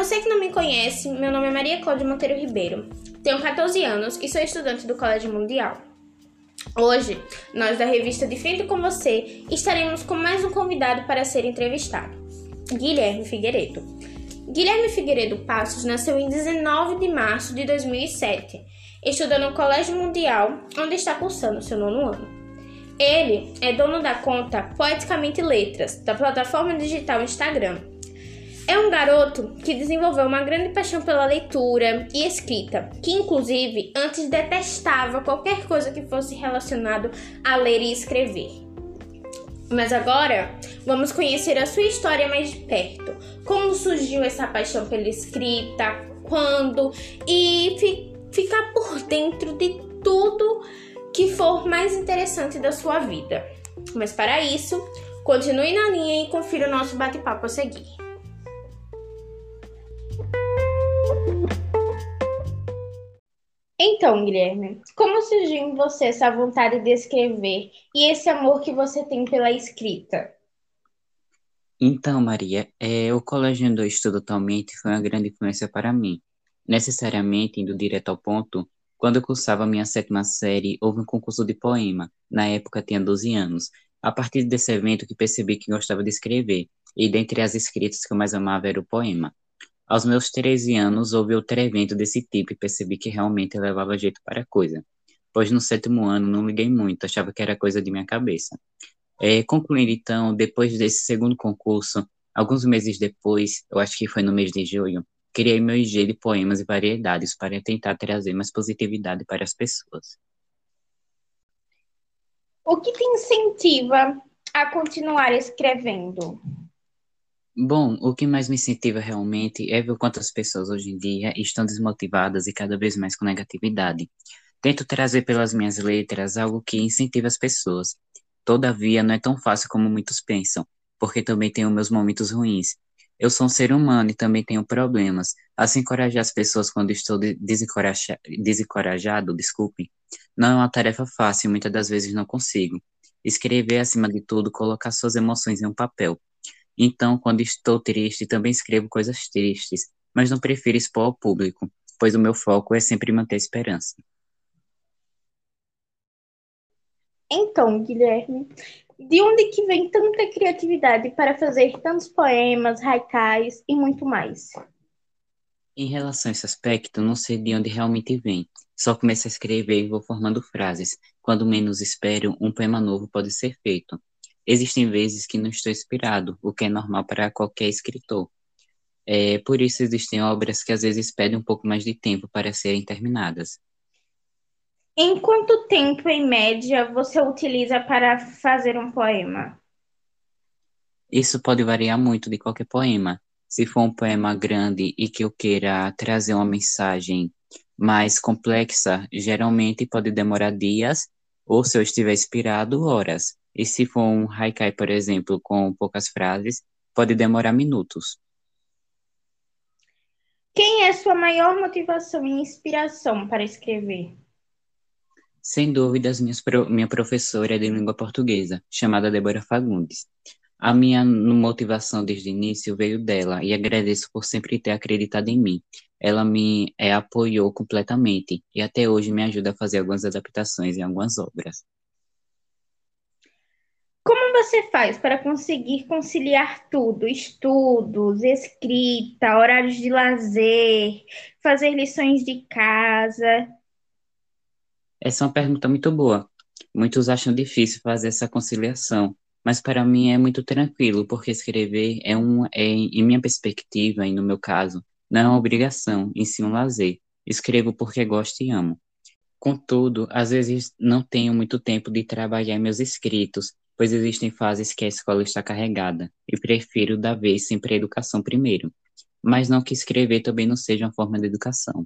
você que não me conhece, meu nome é Maria Cláudia Monteiro Ribeiro, tenho 14 anos e sou estudante do Colégio Mundial. Hoje, nós da revista De Frente com Você estaremos com mais um convidado para ser entrevistado, Guilherme Figueiredo. Guilherme Figueiredo Passos nasceu em 19 de março de 2007, estuda no Colégio Mundial, onde está cursando seu 9º ano. Ele é dono da conta Poeticamente Letras, da plataforma digital Instagram. É um garoto que desenvolveu uma grande paixão pela leitura e escrita, que inclusive antes detestava qualquer coisa que fosse relacionado a ler e escrever. Mas agora vamos conhecer a sua história mais de perto, como surgiu essa paixão pela escrita, quando e ficar por dentro de tudo que for mais interessante da sua vida. Mas para isso, continue na linha e confira o nosso bate-papo a seguir. Então, Guilherme, como surgiu em você essa vontade de escrever e esse amor que você tem pela escrita? Então, Maria, o colégio onde eu estudo atualmente foi uma grande influência para mim. Necessariamente, indo direto ao ponto, quando eu cursava minha 7ª série, houve um concurso de poema. Na época, tinha 12 anos. A partir desse evento que percebi que gostava de escrever, e dentre as escritas que eu mais amava era o poema. Aos meus 13 anos, houve outro evento desse tipo e percebi que realmente eu levava jeito para a coisa. Pois no 7º ano não liguei muito, achava que era coisa de minha cabeça. Concluindo então, depois desse segundo concurso, alguns meses depois, eu acho que foi no mês de julho, criei meu IG de poemas e variedades para tentar trazer mais positividade para as pessoas. O que te incentiva a continuar escrevendo? Bom, o que mais me incentiva realmente é ver o quanto as pessoas hoje em dia estão desmotivadas e cada vez mais com negatividade. Tento trazer pelas minhas letras algo que incentive as pessoas. Todavia, não é tão fácil como muitos pensam, porque também tenho meus momentos ruins. Eu sou um ser humano e também tenho problemas. Assim, encorajar as pessoas quando estou desencorajado, desculpe, não é uma tarefa fácil e muitas das vezes não consigo. Escrever, acima de tudo, colocar suas emoções em um papel. Então, quando estou triste, também escrevo coisas tristes, mas não prefiro expor ao público, pois o meu foco é sempre manter a esperança. Então, Guilherme, de onde que vem tanta criatividade para fazer tantos poemas, haikais e muito mais? Em relação a esse aspecto, não sei de onde realmente vem. Só começo a escrever e vou formando frases. Quando menos espero, um poema novo pode ser feito. Existem vezes que não estou inspirado, o que é normal para qualquer escritor. Por isso existem obras que às vezes pedem um pouco mais de tempo para serem terminadas. Em quanto tempo, em média, você utiliza para fazer um poema? Isso pode variar muito de qualquer poema. Se for um poema grande e que eu queira trazer uma mensagem mais complexa, geralmente pode demorar dias, ou se eu estiver inspirado, horas. E se for um haikai, por exemplo, com poucas frases, pode demorar minutos. Quem é sua maior motivação e inspiração para escrever? Sem dúvidas, minha professora é de língua portuguesa, chamada Débora Fagundes. A minha motivação desde o início veio dela e agradeço por sempre ter acreditado em mim. Ela me apoiou completamente e até hoje me ajuda a fazer algumas adaptações em algumas obras. Como você faz para conseguir conciliar tudo? Estudos, escrita, horários de lazer, fazer lições de casa? Essa é uma pergunta muito boa. Muitos acham difícil fazer essa conciliação, mas para mim é muito tranquilo, porque escrever em minha perspectiva e no meu caso, não é uma obrigação, em si um lazer. Escrevo porque gosto e amo. Contudo, às vezes não tenho muito tempo de trabalhar em meus escritos, pois existem fases que a escola está carregada, e prefiro dar vez sempre a educação primeiro. Mas não que escrever também não seja uma forma de educação.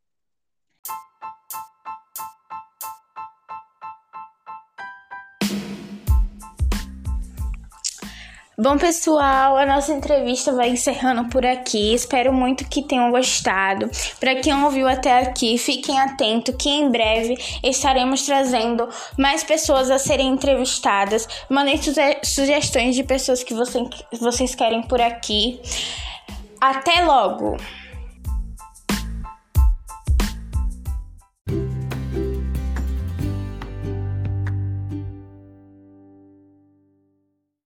Bom, pessoal, a nossa entrevista vai encerrando por aqui. Espero muito que tenham gostado. Para quem ouviu até aqui, fiquem atentos que em breve estaremos trazendo mais pessoas a serem entrevistadas. Mandem sugestões de pessoas que vocês querem por aqui. Até logo!